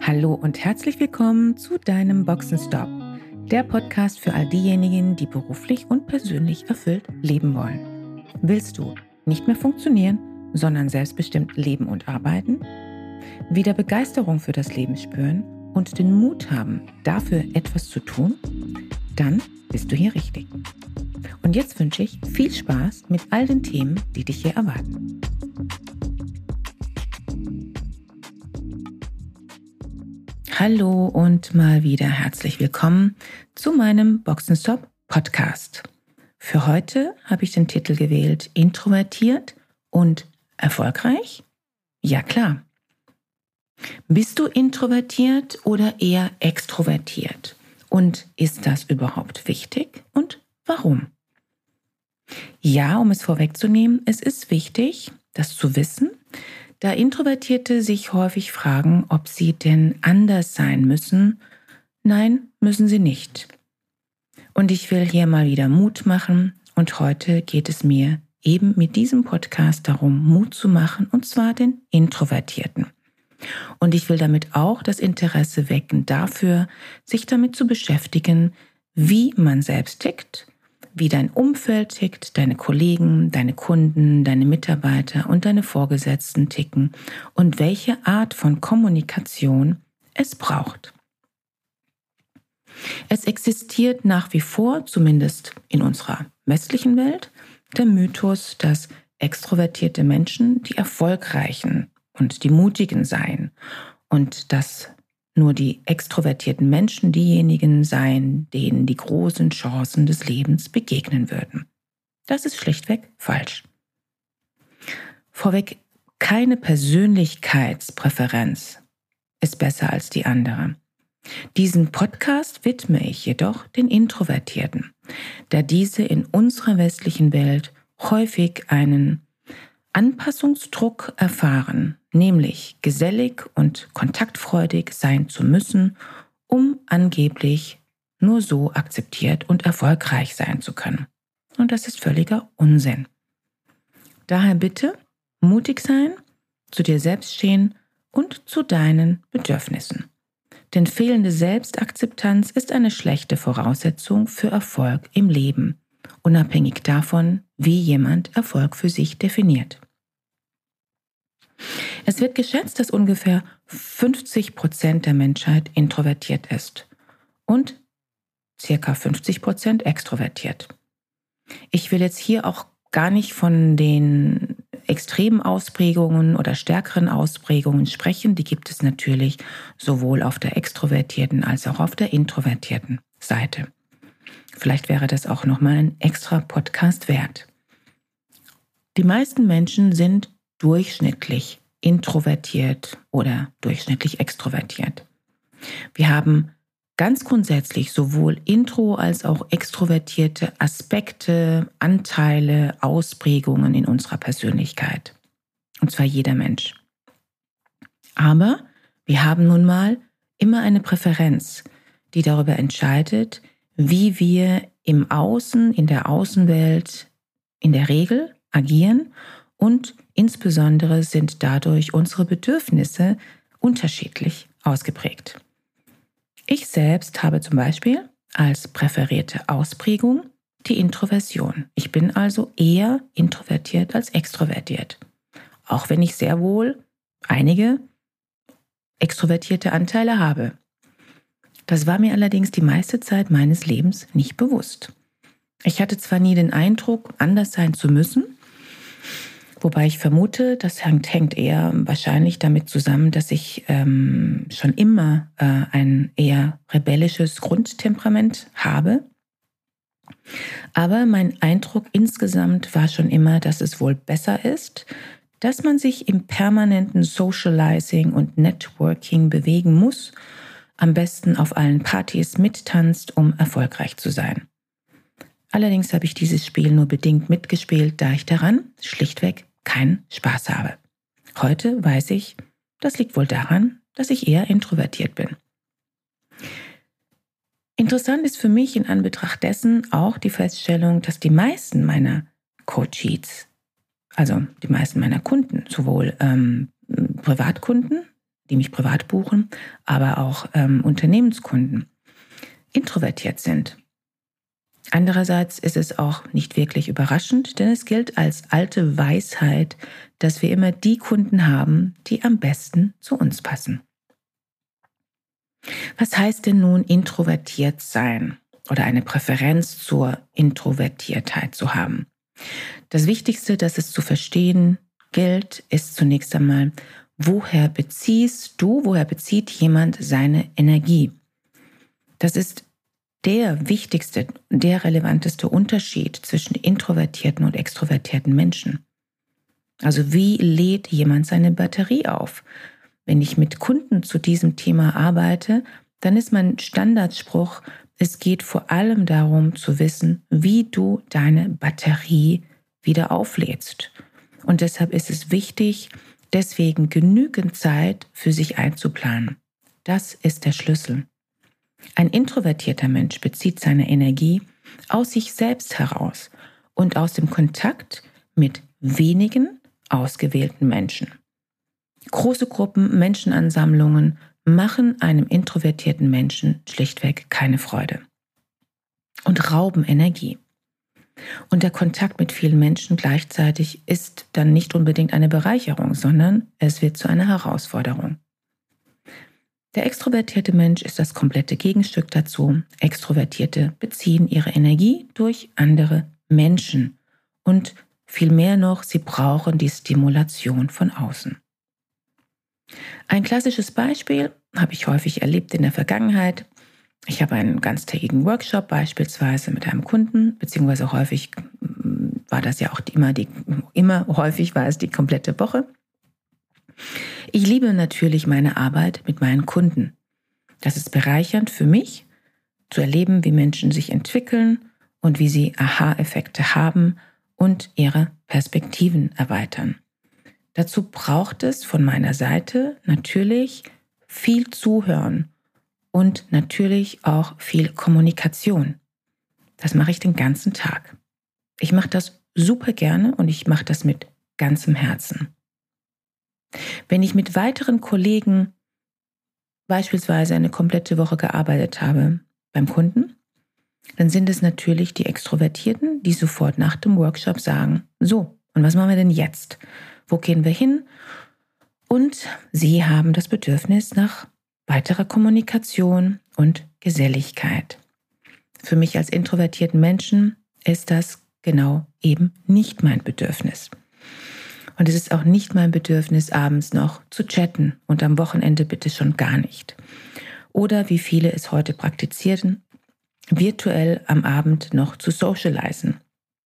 Hallo und herzlich willkommen zu deinem Boxenstopp, der Podcast für all diejenigen, die beruflich und persönlich erfüllt leben wollen. Willst du nicht mehr funktionieren, sondern selbstbestimmt leben und arbeiten? Wieder Begeisterung für das Leben spüren und den Mut haben, dafür etwas zu tun? Dann bist du hier richtig. Und jetzt wünsche ich viel Spaß mit all den Themen, die dich hier erwarten. Hallo und mal wieder herzlich willkommen zu meinem Boxenstopp Podcast. Für heute habe ich den Titel gewählt: Introvertiert und erfolgreich? Ja, klar. Bist du introvertiert oder eher extrovertiert? Und ist das überhaupt wichtig? Und warum? Ja, um es vorwegzunehmen, es ist wichtig, das zu wissen, da Introvertierte sich häufig fragen, ob sie denn anders sein müssen. Nein, müssen sie nicht. Und ich will hier mal wieder Mut machen und heute geht es mir eben mit diesem Podcast darum, Mut zu machen, und zwar den Introvertierten. Und ich will damit auch das Interesse wecken dafür, sich damit zu beschäftigen, wie man selbst tickt, wie dein Umfeld tickt, deine Kollegen, deine Kunden, deine Mitarbeiter und deine Vorgesetzten ticken und welche Art von Kommunikation es braucht. Es existiert nach wie vor, zumindest in unserer westlichen Welt, der Mythos, dass extrovertierte Menschen die Erfolgreichen und die Mutigen seien und dass nur die extrovertierten Menschen diejenigen seien, denen die großen Chancen des Lebens begegnen würden. Das ist schlichtweg falsch. Vorweg, keine Persönlichkeitspräferenz ist besser als die andere. Diesen Podcast widme ich jedoch den Introvertierten, da diese in unserer westlichen Welt häufig einen Anpassungsdruck erfahren, nämlich gesellig und kontaktfreudig sein zu müssen, um angeblich nur so akzeptiert und erfolgreich sein zu können. Und das ist völliger Unsinn. Daher bitte mutig sein, zu dir selbst stehen und zu deinen Bedürfnissen. Denn fehlende Selbstakzeptanz ist eine schlechte Voraussetzung für Erfolg im Leben, unabhängig davon, wie jemand Erfolg für sich definiert. Es wird geschätzt, dass ungefähr 50% der Menschheit introvertiert ist und ca. 50% extrovertiert. Ich will jetzt hier auch gar nicht von den extremen Ausprägungen oder stärkeren Ausprägungen sprechen. Die gibt es natürlich sowohl auf der extrovertierten als auch auf der introvertierten Seite. Vielleicht wäre das auch nochmal ein extra Podcast wert. Die meisten Menschen sind durchschnittlich introvertiert oder durchschnittlich extrovertiert. Wir haben ganz grundsätzlich sowohl intro- als auch extrovertierte Aspekte, Anteile, Ausprägungen in unserer Persönlichkeit. Und zwar jeder Mensch. Aber wir haben nun mal immer eine Präferenz, die darüber entscheidet, wie wir im Außen, in der Außenwelt in der Regel agieren, und insbesondere sind dadurch unsere Bedürfnisse unterschiedlich ausgeprägt. Ich selbst habe zum Beispiel als präferierte Ausprägung die Introversion. Ich bin also eher introvertiert als extrovertiert, auch wenn ich sehr wohl einige extrovertierte Anteile habe. Das war mir allerdings die meiste Zeit meines Lebens nicht bewusst. Ich hatte zwar nie den Eindruck, anders sein zu müssen, wobei ich vermute, das hängt eher wahrscheinlich damit zusammen, dass ich schon immer ein eher rebellisches Grundtemperament habe. Aber mein Eindruck insgesamt war schon immer, dass es wohl besser ist, dass man sich im permanenten Socializing und Networking bewegen muss, am besten auf allen Partys mittanzt, um erfolgreich zu sein. Allerdings habe ich dieses Spiel nur bedingt mitgespielt, da ich daran schlichtweg keinen Spaß habe. Heute weiß ich, das liegt wohl daran, dass ich eher introvertiert bin. Interessant ist für mich in Anbetracht dessen auch die Feststellung, dass die meisten meiner Coaches, also die meisten meiner Kunden, sowohl Privatkunden die mich privat buchen, aber auch Unternehmenskunden, introvertiert sind. Andererseits ist es auch nicht wirklich überraschend, denn es gilt als alte Weisheit, dass wir immer die Kunden haben, die am besten zu uns passen. Was heißt denn nun introvertiert sein oder eine Präferenz zur Introvertiertheit zu haben? Das Wichtigste, das es zu verstehen gilt, ist zunächst einmal, woher bezieht jemand seine Energie? Das ist der wichtigste, der relevanteste Unterschied zwischen introvertierten und extrovertierten Menschen. Also wie lädt jemand seine Batterie auf? Wenn ich mit Kunden zu diesem Thema arbeite, dann ist mein Standardspruch, es geht vor allem darum zu wissen, wie du deine Batterie wieder auflädst. Und deshalb ist es wichtig, deswegen genügend Zeit für sich einzuplanen. Das ist der Schlüssel. Ein introvertierter Mensch bezieht seine Energie aus sich selbst heraus und aus dem Kontakt mit wenigen ausgewählten Menschen. Große Gruppen, Menschenansammlungen machen einem introvertierten Menschen schlichtweg keine Freude und rauben Energie. Und der Kontakt mit vielen Menschen gleichzeitig ist dann nicht unbedingt eine Bereicherung, sondern es wird zu einer Herausforderung. Der extrovertierte Mensch ist das komplette Gegenstück dazu. Extrovertierte beziehen ihre Energie durch andere Menschen und viel mehr noch, sie brauchen die Stimulation von außen. Ein klassisches Beispiel habe ich häufig erlebt in der Vergangenheit. Ich habe einen ganztägigen Workshop beispielsweise mit einem Kunden, beziehungsweise häufig war das ja auch häufig war es die komplette Woche. Ich liebe natürlich meine Arbeit mit meinen Kunden. Das ist bereichernd für mich, zu erleben, wie Menschen sich entwickeln und wie sie Aha-Effekte haben und ihre Perspektiven erweitern. Dazu braucht es von meiner Seite natürlich viel Zuhören und natürlich auch viel Kommunikation. Das mache ich den ganzen Tag. Ich mache das super gerne und ich mache das mit ganzem Herzen. Wenn ich mit weiteren Kollegen beispielsweise eine komplette Woche gearbeitet habe beim Kunden, dann sind es natürlich die Extrovertierten, die sofort nach dem Workshop sagen, so, und was machen wir denn jetzt? Wo gehen wir hin? Und sie haben das Bedürfnis nach weiterer Kommunikation und Geselligkeit. Für mich als introvertierten Menschen ist das genau eben nicht mein Bedürfnis. Und es ist auch nicht mein Bedürfnis, abends noch zu chatten und am Wochenende bitte schon gar nicht. Oder wie viele es heute praktizieren, virtuell am Abend noch zu socialisen.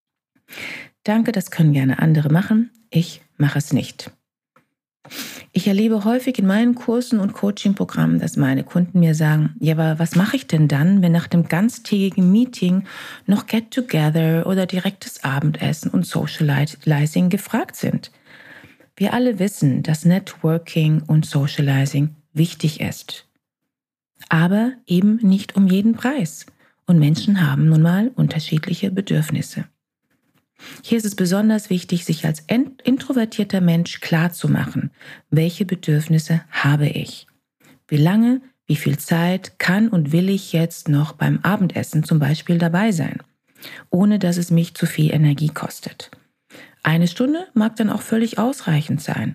Danke, das können gerne andere machen. Ich mache es nicht. Ich erlebe häufig in meinen Kursen und Coaching-Programmen, dass meine Kunden mir sagen, ja, aber was mache ich denn dann, wenn nach dem ganztägigen Meeting noch Get-Together oder direktes Abendessen und Socializing gefragt sind? Wir alle wissen, dass Networking und Socializing wichtig ist. Aber eben nicht um jeden Preis. Und Menschen haben nun mal unterschiedliche Bedürfnisse. Hier ist es besonders wichtig, sich als introvertierter Mensch klarzumachen, welche Bedürfnisse habe ich? Wie lange, wie viel Zeit kann und will ich jetzt noch beim Abendessen zum Beispiel dabei sein, ohne dass es mich zu viel Energie kostet? 1 Stunde mag dann auch völlig ausreichend sein.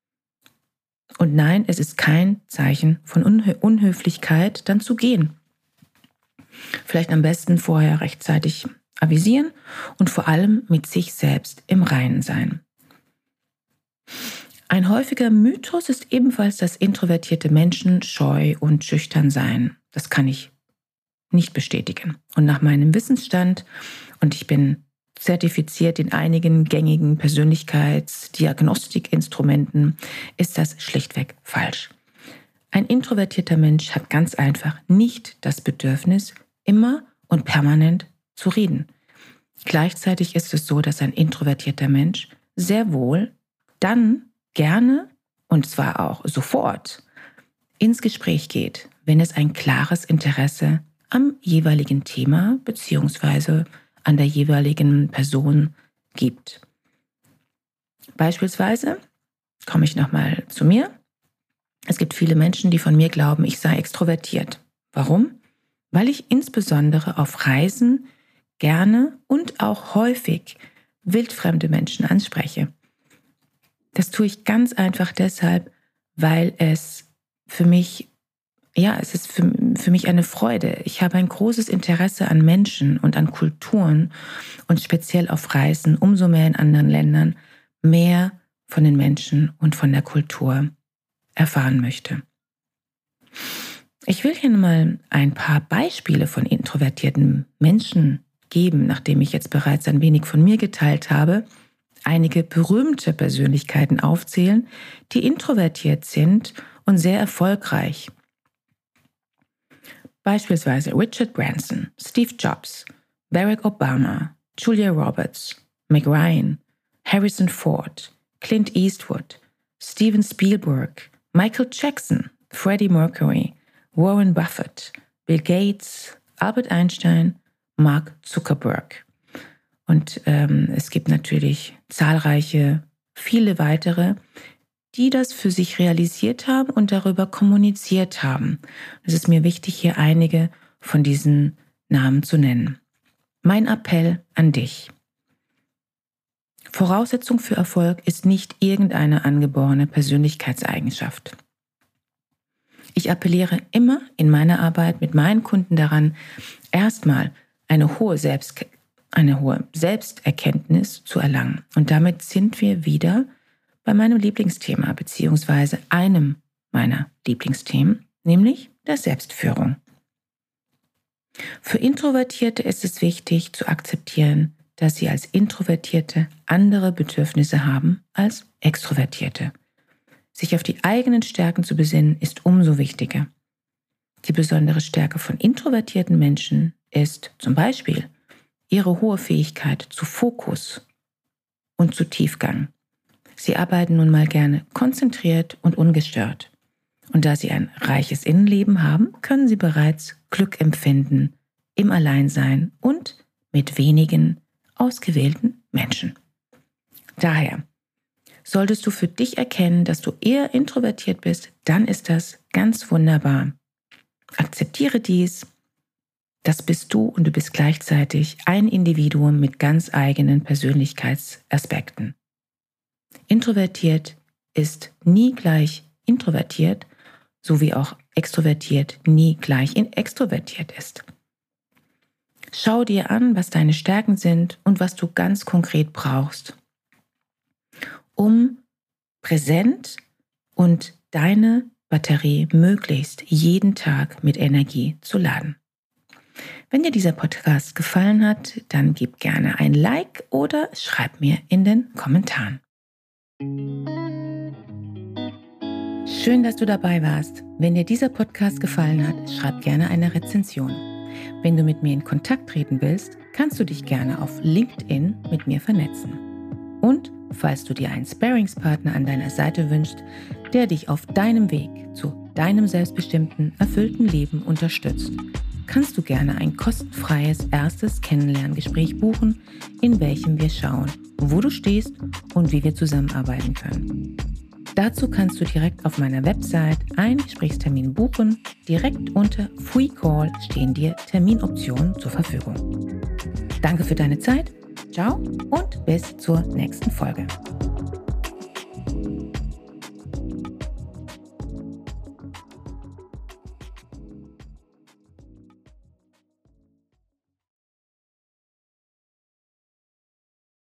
Und nein, es ist kein Zeichen von Unhöflichkeit, dann zu gehen. Vielleicht am besten vorher rechtzeitig avisieren und vor allem mit sich selbst im Reinen sein. Ein häufiger Mythos ist ebenfalls, dass introvertierte Menschen scheu und schüchtern seien. Das kann ich nicht bestätigen. Und nach meinem Wissensstand, und ich bin zertifiziert in einigen gängigen Persönlichkeitsdiagnostikinstrumenten, ist das schlichtweg falsch. Ein introvertierter Mensch hat ganz einfach nicht das Bedürfnis, immer und permanent zu reden. Gleichzeitig ist es so, dass ein introvertierter Mensch sehr wohl dann gerne, und zwar auch sofort, ins Gespräch geht, wenn es ein klares Interesse am jeweiligen Thema bzw. an der jeweiligen Person gibt. Beispielsweise komme ich nochmal zu mir. Es gibt viele Menschen, die von mir glauben, ich sei extrovertiert. Warum? Weil ich insbesondere auf Reisen gerne und auch häufig wildfremde Menschen anspreche. Das tue ich ganz einfach deshalb, weil es für mich, es ist für mich eine Freude. Ich habe ein großes Interesse an Menschen und an Kulturen und speziell auf Reisen, umso mehr in anderen Ländern, mehr von den Menschen und von der Kultur erfahren möchte. Ich will hier mal ein paar Beispiele von introvertierten Menschen geben, nachdem ich jetzt bereits ein wenig von mir geteilt habe, einige berühmte Persönlichkeiten aufzählen, die introvertiert sind und sehr erfolgreich. Beispielsweise Richard Branson, Steve Jobs, Barack Obama, Julia Roberts, Meg Ryan, Harrison Ford, Clint Eastwood, Steven Spielberg, Michael Jackson, Freddie Mercury, Warren Buffett, Bill Gates, Albert Einstein, Mark Zuckerberg. Und es gibt natürlich zahlreiche, viele weitere, die das für sich realisiert haben und darüber kommuniziert haben. Es ist mir wichtig, hier einige von diesen Namen zu nennen. Mein Appell an dich. Voraussetzung für Erfolg ist nicht irgendeine angeborene Persönlichkeitseigenschaft. Ich appelliere immer in meiner Arbeit mit meinen Kunden daran, erstmal eine hohe Selbsterkenntnis zu erlangen. Und damit sind wir wieder bei meinem Lieblingsthema, beziehungsweise einem meiner Lieblingsthemen, nämlich der Selbstführung. Für Introvertierte ist es wichtig zu akzeptieren, dass sie als Introvertierte andere Bedürfnisse haben als Extrovertierte. Sich auf die eigenen Stärken zu besinnen, ist umso wichtiger. Die besondere Stärke von introvertierten Menschen ist zum Beispiel ihre hohe Fähigkeit zu Fokus und zu Tiefgang. Sie arbeiten nun mal gerne konzentriert und ungestört. Und da sie ein reiches Innenleben haben, können sie bereits Glück empfinden im Alleinsein und mit wenigen ausgewählten Menschen. Daher, solltest du für dich erkennen, dass du eher introvertiert bist, dann ist das ganz wunderbar. Akzeptiere dies. Das bist du und du bist gleichzeitig ein Individuum mit ganz eigenen Persönlichkeitsaspekten. Introvertiert ist nie gleich introvertiert, so wie auch extrovertiert nie gleich extrovertiert ist. Schau dir an, was deine Stärken sind und was du ganz konkret brauchst, um präsent und deine Batterie möglichst jeden Tag mit Energie zu laden. Wenn dir dieser Podcast gefallen hat, dann gib gerne ein Like oder schreib mir in den Kommentaren. Schön, dass du dabei warst. Wenn dir dieser Podcast gefallen hat, schreib gerne eine Rezension. Wenn du mit mir in Kontakt treten willst, kannst du dich gerne auf LinkedIn mit mir vernetzen. Und falls du dir einen Sparringspartner an deiner Seite wünschst, der dich auf deinem Weg zu deinem selbstbestimmten, erfüllten Leben unterstützt, kannst du gerne ein kostenfreies erstes Kennenlerngespräch buchen, in welchem wir schauen, wo du stehst und wie wir zusammenarbeiten können. Dazu kannst du direkt auf meiner Website einen Gesprächstermin buchen. Direkt unter Free Call stehen dir Terminoptionen zur Verfügung. Danke für deine Zeit. Ciao und bis zur nächsten Folge.